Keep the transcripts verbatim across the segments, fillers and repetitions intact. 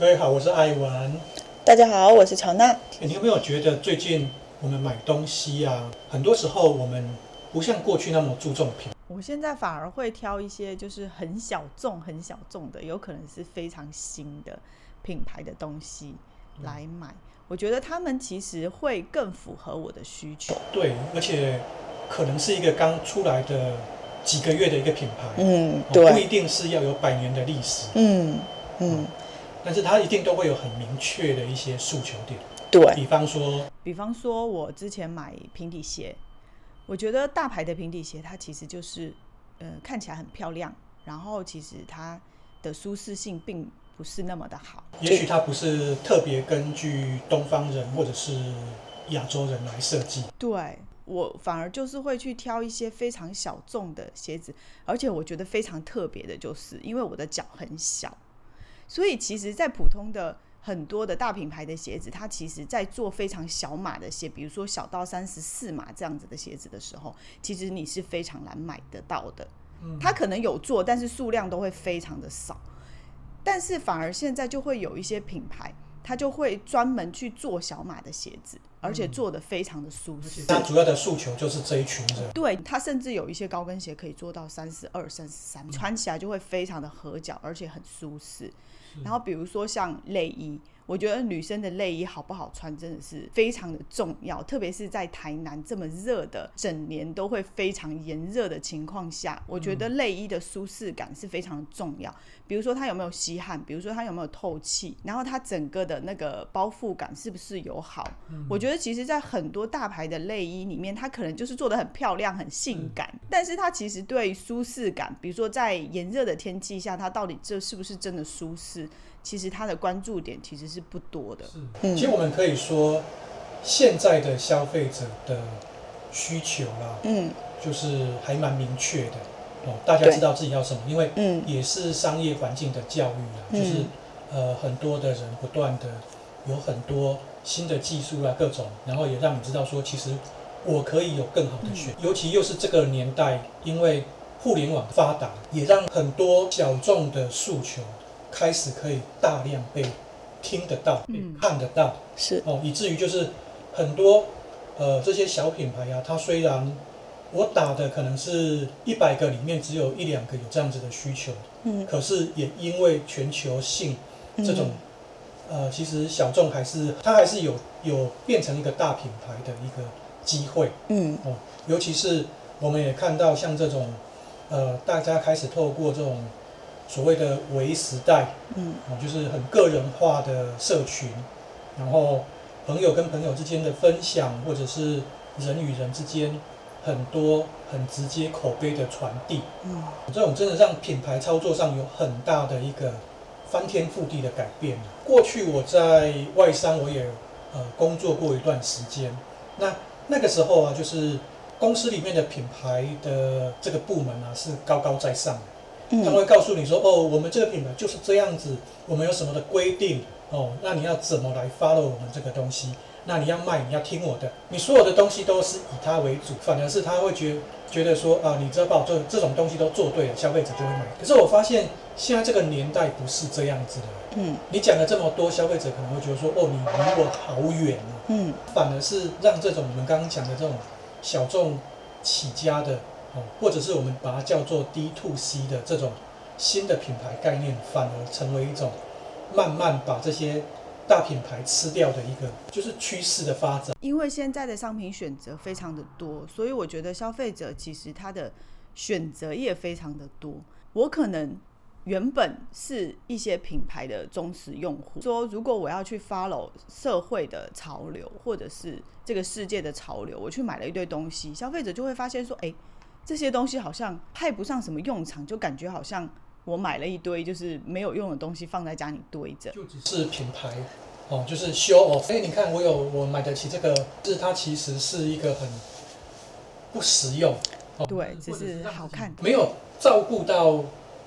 各位好，我是艾文。 大家好，我是乔娜。 你有没有觉得最近我们买东西啊，很多时候我们不像过去那么注重品？ 我现在反而会挑一些就是很小众、很小众的，有可能是非常新的品牌的东西来买。嗯、我觉得他们其实会更符合我的需求。 对，而且可能是一个刚出来的几个月的一个品牌， 嗯，对， 哦、不一定是要有百年的历史， 嗯嗯， 但是它一定都会有很明确的一些诉求点。 对， 比方说， 比方说我之前买平底鞋，我觉得大牌的平底鞋它其实就是，呃，看起来很漂亮，然后其实它的舒适性并不是那么的好。 也许它不是特别根据东方人或者是亚洲人来设计。 对。我反而就是会去挑一些非常小众的鞋子，而且我觉得非常特别的就是因为我的脚很小，所以其实在普通的很多的大品牌的鞋子，它其实在做非常小码的鞋，比如说小到三十四码这样子的鞋子的时候，其实你是非常难买得到的。它可能有做，但是数量都会非常的少。但是反而现在就会有一些品牌，它就会专门去做小码的鞋子，而且做得非常的舒适。 它主要的诉求就是这一群人。 对，它甚至有一些高跟鞋可以做到三十二、三十三，穿起来就会非常的合脚，而且很舒适。然后比如说像内衣，我觉得女生的内衣好不好穿真的是非常的重要，特别是在台南这么热的整年都会非常炎热的情况下，我觉得内衣的舒适感是非常的重要。比如说它有没有吸汗，比如说它有没有透气，然后它整个的那个包覆感是不是友好、嗯、我觉得其实在很多大牌的内衣里面，它可能就是做得很漂亮很性感、嗯、但是它其实对舒适感，比如说在炎热的天气下，它到底这是不是真的舒适，其实它的关注点其实是不多的。 嗯、其实我们可以说现在的消费者的需求啦、嗯、就是还蛮明确的、哦、大家知道自己要什么，因为也是商业环境的教育啦、嗯、就是呃很多的人不断的有很多新的技术啦各种，然后也让你知道说其实我可以有更好的选、嗯、尤其又是这个年代，因为互联网发达，也让很多小众的诉求开始可以大量被听得到、嗯、被看得到， 是哦，以至于就是很多呃这些小品牌啊，它虽然我打的可能是一百个里面只有一两个有这样子的需求，嗯，可是也因为全球性这种、嗯、呃，其实小众还是它还是有有变成一个大品牌的一个机会，嗯，哦，尤其是我们也看到像这种呃，大家开始透过这种所谓的微时代，嗯，就是很个人化的社群，然后朋友跟朋友之间的分享，或者是人与人之间很多很直接口碑的传递，嗯，这种真的让品牌操作上有很大的一个翻天覆地的改变。过去我在外商我也呃工作过一段时间，那那个时候啊，就是公司里面的品牌的这个部门啊是高高在上的。他们会告诉你说，哦，我们这个品牌就是这样子，我们有什么的规定，哦，那你要怎么来 follow 我们这个东西？那你要卖，你要听我的，你所有的东西都是以他为主，反而是他会觉觉得说，啊，你只要把我这这种东西都做对了，消费者就会买。可是我发现现在这个年代不是这样子的，嗯，你讲了这么多，消费者可能会觉得说，哦，你离我好远啊，嗯，反而是让这种我们刚刚讲的这种小众起家的。或者是我们把它叫做 D to C 的这种新的品牌概念，反而成为一种慢慢把这些大品牌吃掉的一个就是趋势的发展。 因为现在的商品选择非常的多，所以我觉得消费者其实他的选择也非常的多。我可能原本是一些品牌的忠实用户，说如果我要去 follow 社会的潮流，或者是这个世界的潮流，我去买了一堆东西，消费者就会发现说，哎，这些东西好像派不上什么用场，就感觉好像我买了一堆就是没有用的东西放在家里堆着， 就只是品牌、哦、就是 show off。 哎，你看我有我买得起这个，是它其实是一个很不实用、 哦、对，只是好看， 没有照顾到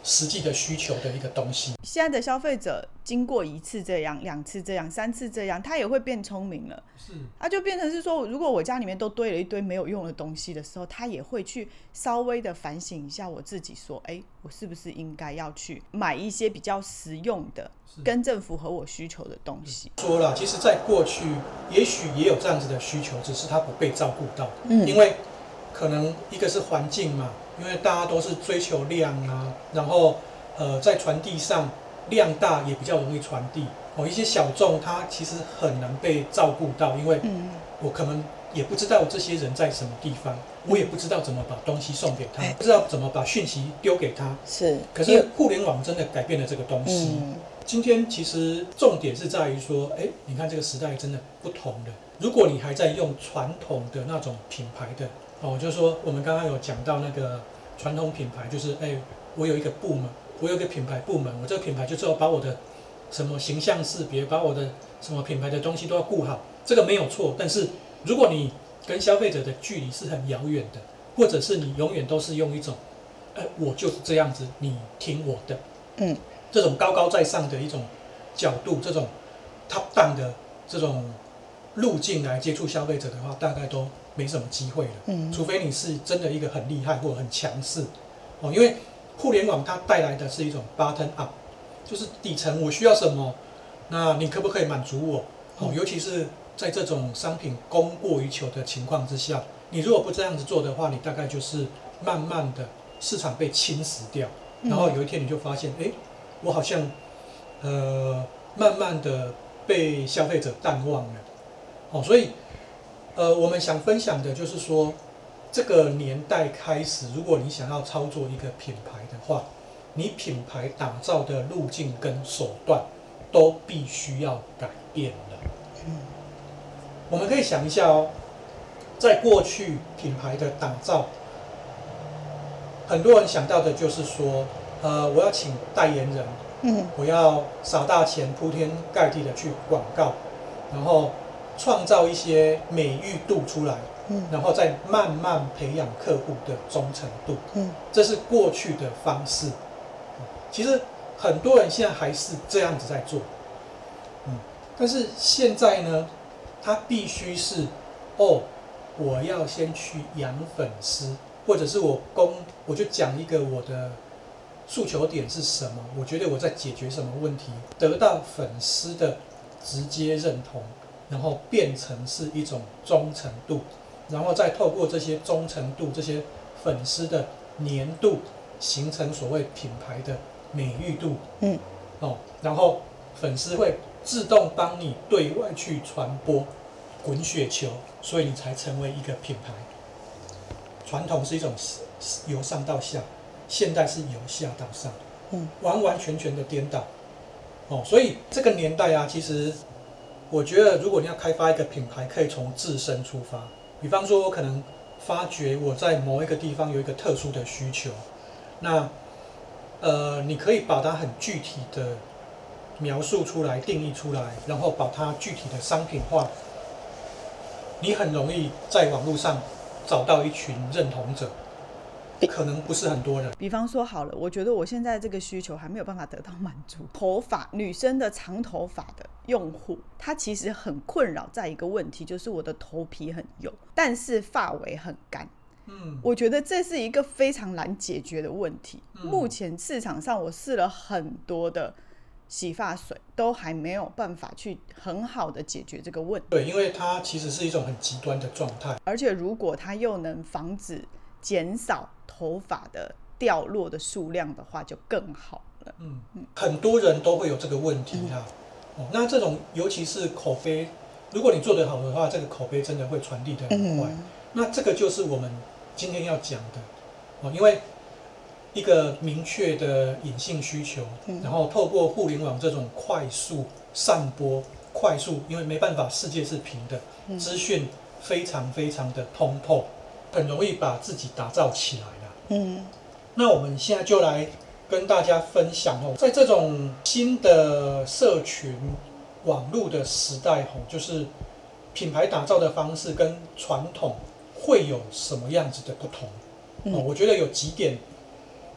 实际的需求的一个东西。 现在的消费者经过一次这样、两次这样、三次这样，他也会变聪明了。 是， 他就变成是说，如果我家里面都堆了一堆没有用的东西的时候，他也会去稍微的反省一下我自己，说，哎，我是不是应该要去买一些比较实用的、更正符合我需求的东西？ 说了，其实在过去也许也有这样子的需求，只是他不被照顾到。 嗯， 因为可能一个是环境嘛，因为大家都是追求量啊，然后呃在传递上量大也比较容易传递。哦，一些小众它其实很难被照顾到，因为我可能也不知道这些人在什么地方，我也不知道怎么把东西送给他，不知道怎么把讯息丢给他。 是， 可是互联网真的改变了这个东西。嗯，今天其实重点是在于说，哎，你看这个时代真的不同了。如果你还在用传统的那种品牌的，哦，就是说我们刚刚有讲到那个传统品牌，就是哎，我有一个部门，我有一个品牌部门，我这个品牌就是要把我的什么形象识别，把我的什么品牌的东西都要顾好，这个没有错。但是如果你跟消费者的距离是很遥远的，或者是你永远都是用一种，哎，我就是这样子，你听我的，嗯，这种高高在上的一种角度，这种 top down 的这种路径来接触消费者的话，大概都没什么机会了。嗯，除非你是真的一个很厉害或很强势，哦，因为互联网它带来的是一种 bottom up。就是底层我需要什么，那你可不可以满足我？哦，尤其是在这种商品供过于求的情况之下，你如果不这样子做的话，你大概就是慢慢的市场被侵蚀掉，然后有一天你就发现，哎，我好像呃慢慢的被消费者淡忘了。哦，所以呃我们想分享的就是说，这个年代开始，如果你想要操作一个品牌的话，你品牌打造的路径跟手段都必须要改变了。嗯，我们可以想一下哦，在过去品牌的打造，很多人想到的就是说，呃，我要请代言人，嗯，我要撒大钱铺天盖地的去广告，然后创造一些美誉度出来，嗯，然后再慢慢培养客户的忠诚度，嗯，这是过去的方式。其实很多人现在还是这样子在做，嗯，但是现在呢，他必须是，哦，我要先去养粉丝，或者是我公，我就讲一个我的诉求点是什么，我觉得我在解决什么问题，得到粉丝的直接认同，然后变成是一种忠诚度，然后再透过这些忠诚度、这些粉丝的粘度，形成所谓品牌的美誉度，嗯，哦，然后粉丝会自动帮你对外去传播滚雪球，所以你才成为一个品牌。传统是一种由上到下，现代是由下到上，嗯，完完全全的颠倒，哦，所以这个年代啊，其实我觉得，如果你要开发一个品牌，可以从自身出发，比方说，我可能发觉我在某一个地方有一个特殊的需求，那呃，你可以把它很具体的描述出来、定义出来，然后把它具体的商品化，你很容易在网络上找到一群认同者，可能不是很多人。 比方说好了，我觉得我现在这个需求还没有办法得到满足。头发，女生的长头发的用户，她其实很困扰在一个问题，就是我的头皮很油，但是发尾很干。嗯，我觉得这是一个非常难解决的问题。嗯，目前市场上我试了很多的洗发水，都还没有办法去很好的解决这个问题。 对，因为它其实是一种很极端的状态， 而且如果它又能防止减少头发的掉落的数量的话，就更好了。 嗯嗯，很多人都会有这个问题哈、啊嗯哦。那这种尤其是口碑，如果你做得好的话，这个口碑真的会传递得很快。嗯、那这个就是我们今天要讲的哦，因为一个明确的隐性需求，嗯、然后透过互联网这种快速散播、快速，因为没办法，世界是平的，嗯、资讯非常非常的通透，很容易把自己打造起来了。嗯，那我们现在就来跟大家分享哦，在这种新的社群网络的时代哦，就是品牌打造的方式跟传统会有什么样子的不同？嗯、哦，我觉得有几点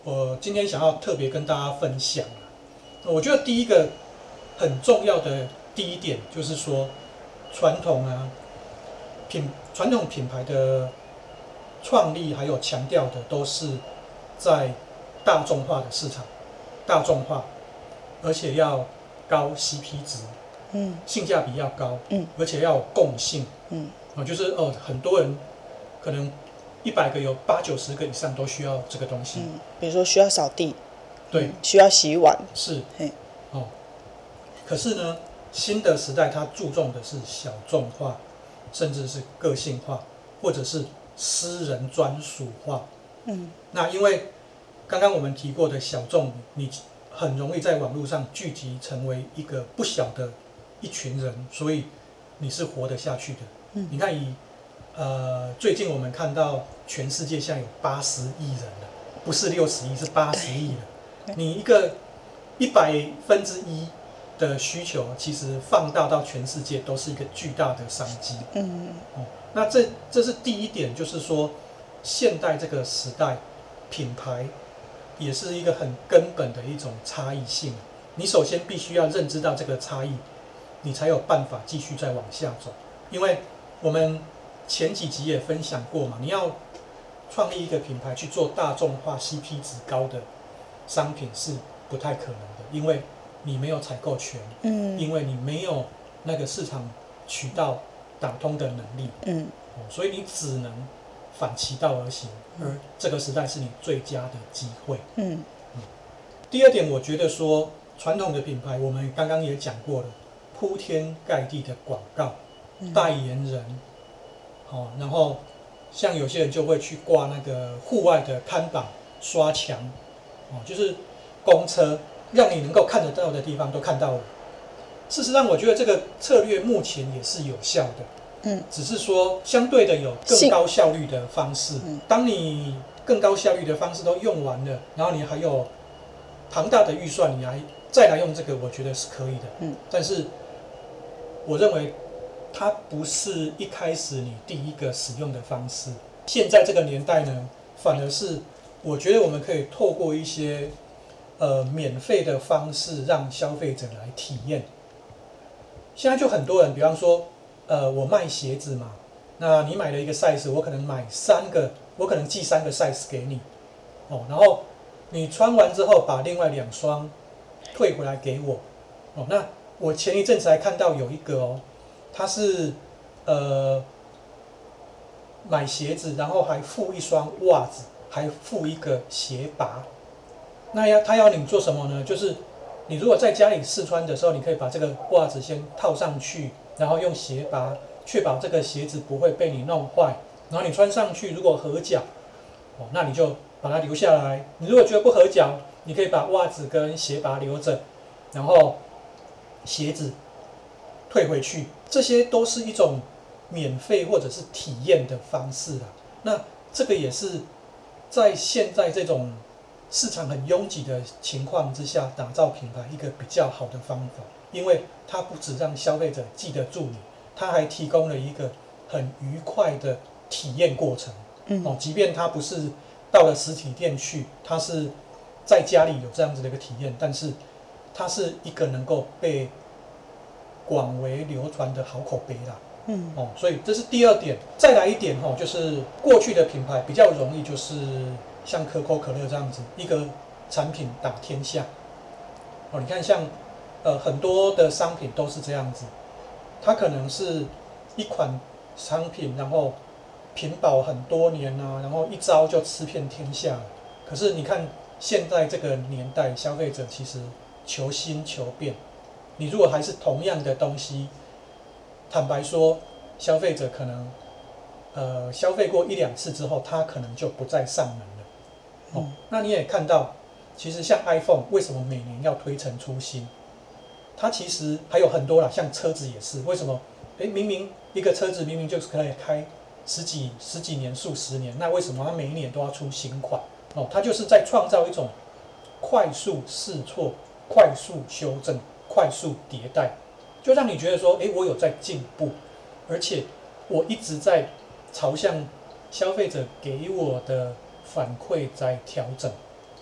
我今天想要特别跟大家分享。我觉得第一个很重要的第一点就是说，传统啊品传统品牌的创立还有强调的都是在大众化的市场，大众化，而且要高 C P 值，嗯，性价比要高，嗯，而且要有共性，嗯，哦，就是哦，很多人可能一百个有八九十个以上都需要这个东西， 嗯，比如说需要扫地， 对， 嗯、需要洗碗， 是，哦，可是呢，新的时代它注重的是小众化，甚至是个性化，或者是私人专属化，嗯，那因为刚刚我们提过的小众，你很容易在网络上聚集成为一个不小的一群人，所以你是活得下去的。嗯，你看以呃最近我们看到全世界现在有八十亿人了，不是六十亿，是八十亿了。你一个一百分之一的需求，其实放大到全世界都是一个巨大的商机。嗯，哦，那这这是第一点，就是说现代这个时代，品牌也是一个很根本的一种差异性。你首先必须要认知到这个差异，你才有办法继续再往下走。因为我们前几集也分享过嘛，你要创立一个品牌去做大众化、C P 值高的商品是不太可能的，因为你没有采购权，嗯，因为你没有那个市场渠道打通的能力，嗯，所以你只能反其道而行，而这个时代是你最佳的机会。嗯，嗯第二点，我觉得说传统的品牌，我们刚刚也讲过了，铺天盖地的广告、嗯、代言人，哦，然后像有些人就会去挂那个户外的看板、刷墙，哦，就是公车，让你能够看得到的地方都看到了。事实上，我觉得这个策略目前也是有效的。嗯，只是说相对的有更高效率的方式。嗯，当你更高效率的方式都用完了，然后你还有庞大的预算，你还再来用这个，我觉得是可以的。嗯，但是我认为它不是一开始你第一个使用的方式。现在这个年代呢，反而是我觉得我们可以透过一些呃免费的方式，让消费者来体验。现在就很多人，比方说。呃，我卖鞋子嘛，那你买了一个 size， 我可能买三个，我可能寄三个 size 给你，哦，然后你穿完之后把另外两双退回来给我，哦，那我前一阵子还看到有一个哦，他是呃买鞋子，然后还附一双袜子，还附一个鞋拔，那要他要你做什么呢？就是你如果在家里试穿的时候，你可以把这个袜子先套上去。然后用鞋拔，确保这个鞋子不会被你弄坏。然后你穿上去，如果合脚，哦，那你就把它留下来。你如果觉得不合脚，你可以把袜子跟鞋拔留着，然后鞋子退回去。这些都是一种免费或者是体验的方式啦。那这个也是在现在这种市场很拥挤的情况之下，打造品牌一个比较好的方法。因为它不只让消费者记得住你，它还提供了一个很愉快的体验过程。嗯，哦，即便它不是到了实体店去，它是在家里有这样子的一个体验，但是它是一个能够被广为流传的好口碑啦。嗯，哦，所以这是第二点。再来一点哦，就是过去的品牌比较容易就是像可口可乐这样子，一个产品打天下。哦，你看像。呃，很多的商品都是这样子，它可能是一款商品，然后品保很多年啊，然后一招就吃遍天下。可是你看现在这个年代，消费者其实求新求变。你如果还是同样的东西，坦白说，消费者可能呃消费过一两次之后，他可能就不再上门了。哦，那你也看到，其实像 iPhone 为什么每年要推陈出新？它其实还有很多啦，像车子也是，为什么？诶，明明一个车子明明就是可以开十几十几年、数十年，那为什么它每一年都要出新款？哦，它就是在创造一种快速试错、快速修正、快速迭代，就让你觉得说，诶，我有在进步，而且我一直在朝向消费者给我的反馈在调整。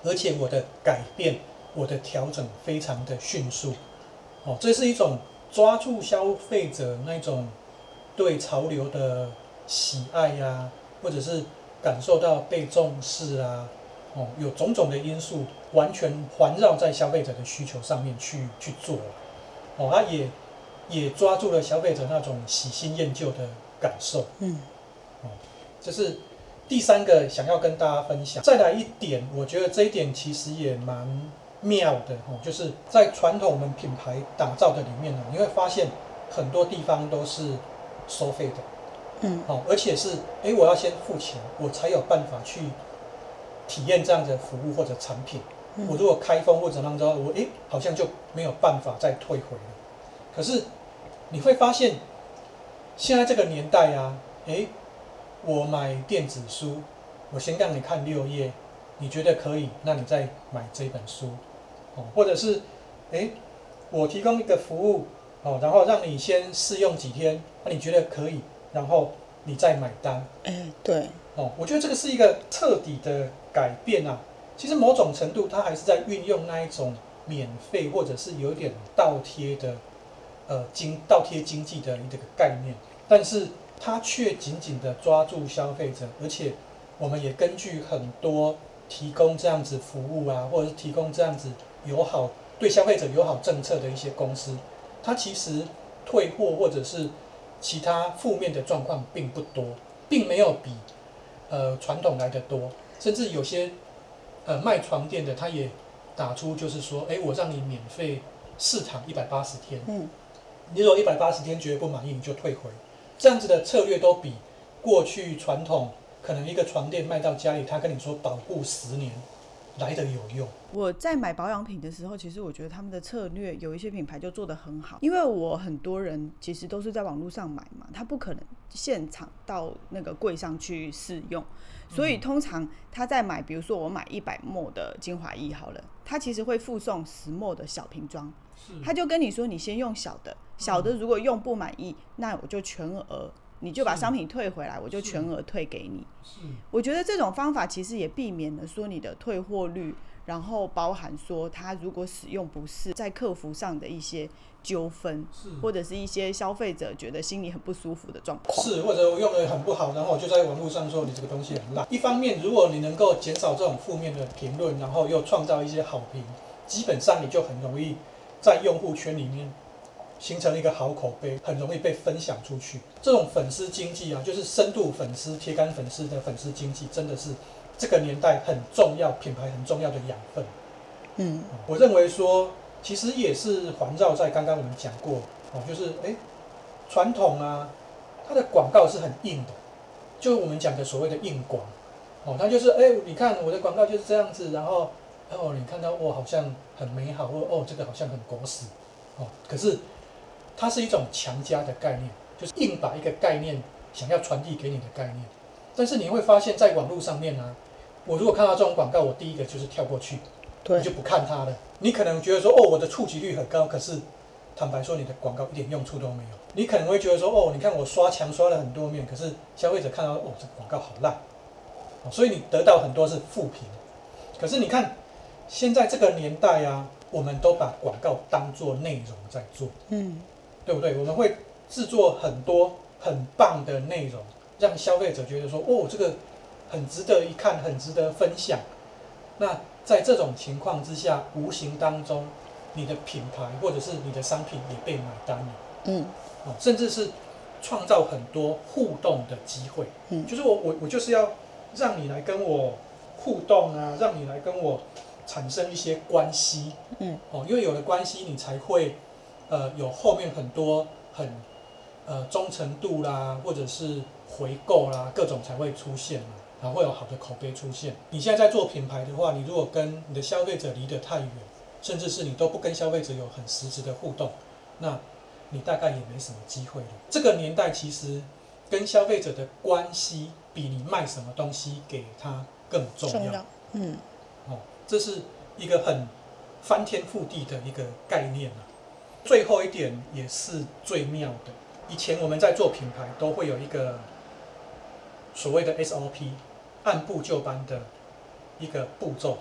而且我的改变、我的调整非常的迅速。哦，这是一种抓住消费者那种对潮流的喜爱呀、啊，或者是感受到被重视啊，哦，有种种的因素完全环绕在消费者的需求上面去去做了。哦，它也也抓住了消费者那种喜新厌旧的感受。 嗯， 哦，这是第三个想要跟大家分享。再来一点，我觉得这一点其实也蛮妙的哦，就是在传统我们品牌打造的里面呢，你会发现很多地方都是收费的。 嗯， 哦，而且是，哎，我要先付钱，我才有办法去体验这样的服务或者产品。嗯、我如果开封或者怎样之后，我哎好像就没有办法再退回了。可是你会发现，现在这个年代啊，哎，我买电子书，我先让你看六页，你觉得可以，那你再买这本书。哦，或者是，哎，我提供一个服务，哦，然后让你先试用几天，那、啊、你觉得可以？然后你再买单， 哎，对， 哦，我觉得这个是一个彻底的改变啊。其实某种程度，它还是在运用那一种免费或者是有点倒贴的，呃，经倒贴经济的这个概念，但是它却紧紧的抓住消费者，而且我们也根据很多提供这样子服务啊，或者是提供这样子友好对消费者友好政策的一些公司，它其实退货或者是其他负面的状况并不多，并没有比呃传统来的多，甚至有些呃卖床垫的，他也打出就是说，哎，我让你免费试躺一百八十天，嗯，你如果一百八十天觉得不满意，你就退回，这样子的策略都比过去传统可能一个床垫卖到家里，他跟你说保护十年来得有用。 我在买保养品的时候，其实我觉得他们的策略有一些品牌就做得很好，因为我很多人其实都是在网络上买嘛，他不可能现场到那个柜上去试用，所以通常他在买，比如说我买一百 ml 的精华液好了，他其实会附送十 ml 的小瓶装，他就跟你说你先用小的，小的如果用不满意，那我就全额。你就把商品退回来，我就全额退给你。我觉得这种方法其实也避免了说你的退货率，然后包含说他如果使用不适，在客服上的一些纠纷，或者是一些消费者觉得心里很不舒服的状况。 是，或者我用的很不好，然后我就在网络上说你这个东西很烂。一方面，如果你能够减少这种负面的评论，然后又创造一些好评，基本上你就很容易在用户圈里面形成一个好口碑，很容易被分享出去。这种粉丝经济啊，就是深度粉丝、铁杆粉丝的粉丝经济，真的是这个年代很重要，品牌很重要的养分。嗯，我认为说，其实也是环绕在刚刚我们讲过，哦，就是哎，传统啊，它的广告是很硬的，就是我们讲的所谓的硬广，哦，它就是哎，你看我的广告就是这样子，然后哦，你看到哇，好像很美好，或哦，这个好像很狗屎，哦，可是它是一种强加的概念，就是硬把一个概念想要传递给你的概念。但是你会发现在网络上面啊，我如果看到这种广告，我第一个就是跳过去，我就不看它了。你可能觉得说，哦，我的触及率很高，可是坦白说，你的广告一点用处都没有。你可能会觉得说，哦，你看我刷墙刷了很多面，可是消费者看到，哦，这个广告好烂，所以你得到很多是负评。可是你看现在这个年代啊，我们都把广告当作内容在做，嗯，对不对？我们会制作很多很棒的内容，让消费者觉得说，哦，这个很值得一看，很值得分享。那在这种情况之下，无形当中，你的品牌或者是你的商品也被买单了，嗯，哦，甚至是创造很多互动的机会，嗯，就是我我我就是要让你来跟我互动啊，让你来跟我产生一些关系，嗯，哦，因为有了关系，你才会呃有后面很多很呃忠诚度啦，或者是回购啦，各种才会出现嘛。然后会有好的口碑出现。你现在在做品牌的话，你如果跟你的消费者离得太远，甚至是你都不跟消费者有很实质的互动，那你大概也没什么机会了。这个年代其实跟消费者的关系比你卖什么东西给他更重要。重要，嗯，哦，这是一个很翻天覆地的一个概念啊。最后一点也是最妙的，以前我们在做品牌都会有一个所谓的 S O P， 按部就班的一个步骤，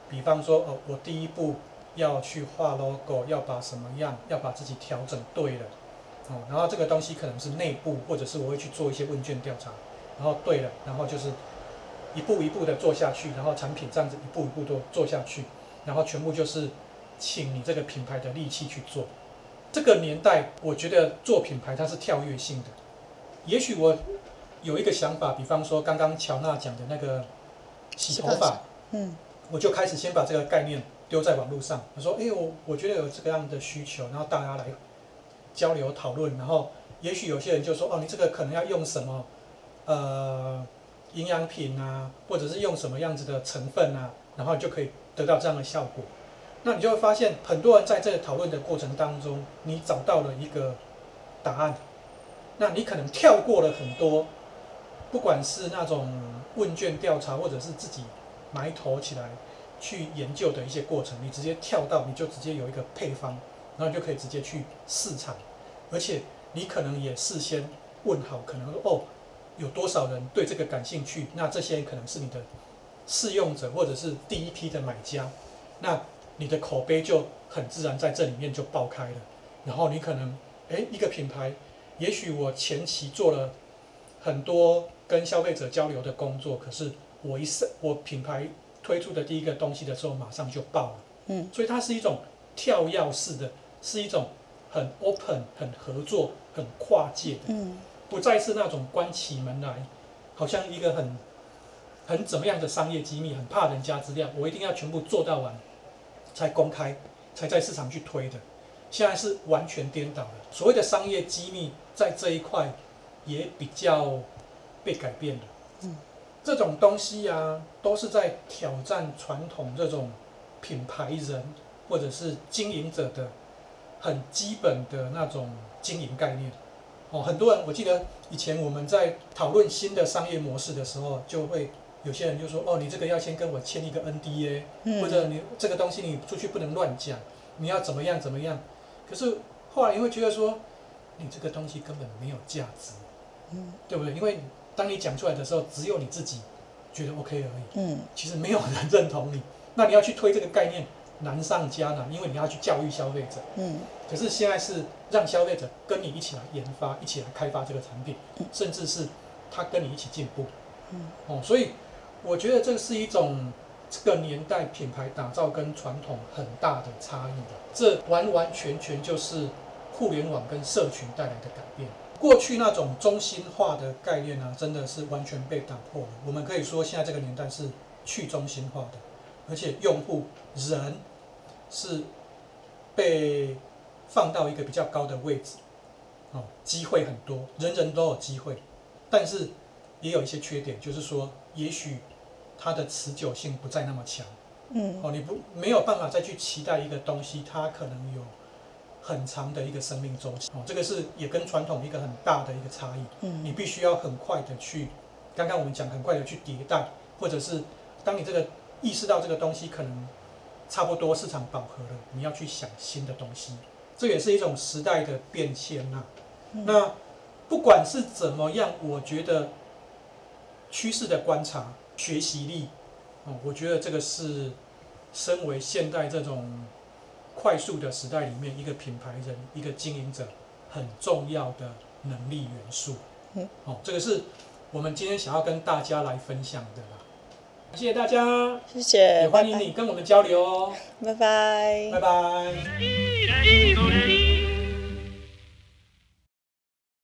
比方说哦，我第一步要去画 logo， 要把什么样，要把自己调整对了，哦，然后这个东西可能是内部，或者是我会去做一些问卷调查，然后对了，然后就是一步一步的做下去，然后产品这样子一步一步的做下去，然后全部就是请你这个品牌的力气去做。这个年代，我觉得做品牌它是跳跃性的。也许我有一个想法，比方说刚刚乔娜讲的那个洗头发，嗯，我就开始先把这个概念丢在网络上，我说，哎，我我觉得有这个样的需求，然后大家来交流讨论，然后也许有些人就说，哦，你这个可能要用什么，呃，营养品啊，或者是用什么样子的成分啊，然后就可以得到这样的效果。那你就会发现，很多人在这个讨论的过程当中，你找到了一个答案，那你可能跳过了很多，不管是那种问卷调查，或者是自己埋头起来去研究的一些过程，你直接跳到，你就直接有一个配方，然后你就可以直接去市场，而且你可能也事先问好，可能说哦，有多少人对这个感兴趣，那这些可能是你的试用者，或者是第一批的买家，那你的口碑就很自然在这里面就爆开了。然后你可能，哎，一个品牌，也许我前期做了很多跟消费者交流的工作，可是我一我品牌推出的第一个东西的时候，马上就爆了。嗯，所以它是一种跳跃式的，是一种很 open、很合作、很跨界的，嗯，不再是那种关起门来，好像一个很很怎么样的商业机密，很怕人家资料，我一定要全部做到完。才公开，才在市场去推的，现在是完全颠倒了。所谓的商业机密，在这一块也比较被改变了。嗯，这种东西啊，都是在挑战传统这种品牌人或者是经营者的很基本的那种经营概念。哦，很多人，我记得以前我们在讨论新的商业模式的时候，就会。有些人就说：“哦，你这个要先跟我签一个 N D A，、嗯、或者你这个东西你出去不能乱讲，你要怎么样怎么样。”可是后来你会觉得说，你这个东西根本没有价值，嗯，对不对？因为当你讲出来的时候，只有你自己觉得 OK 而已，嗯，其实没有人认同你。那你要去推这个概念，难上加难，因为你要去教育消费者，嗯。可是现在是让消费者跟你一起来研发，一起来开发这个产品，甚至是他跟你一起进步，嗯，哦，所以。我觉得这是一种这个年代品牌打造跟传统很大的差异的，这完完全全就是互联网跟社群带来的改变。过去那种中心化的概念呢、啊，真的是完全被打破了。我们可以说，现在这个年代是去中心化的，而且用户人是被放到一个比较高的位置，哦，机会很多，人人都有机会，但是也有一些缺点，就是说，也许它的持久性不再那么强，嗯，哦，你不没有办法再去期待一个东西，它可能有很长的一个生命周期，哦，这个是也跟传统一个很大的一个差异，嗯，你必须要很快的去，刚刚我们讲很快的去迭代，或者是当你这个意识到这个东西可能差不多市场饱和了，你要去想新的东西，这也是一种时代的变迁呐、啊嗯。那不管是怎么样，我觉得趋势的观察。学习力，哦，我觉得这个是身为现代这种快速的时代里面一个品牌人、一个经营者很重要的能力元素。嗯，哦，这个是我们今天想要跟大家来分享的啦。谢谢大家， 谢谢， 也欢迎你跟我们交流哦。 拜拜， 拜拜。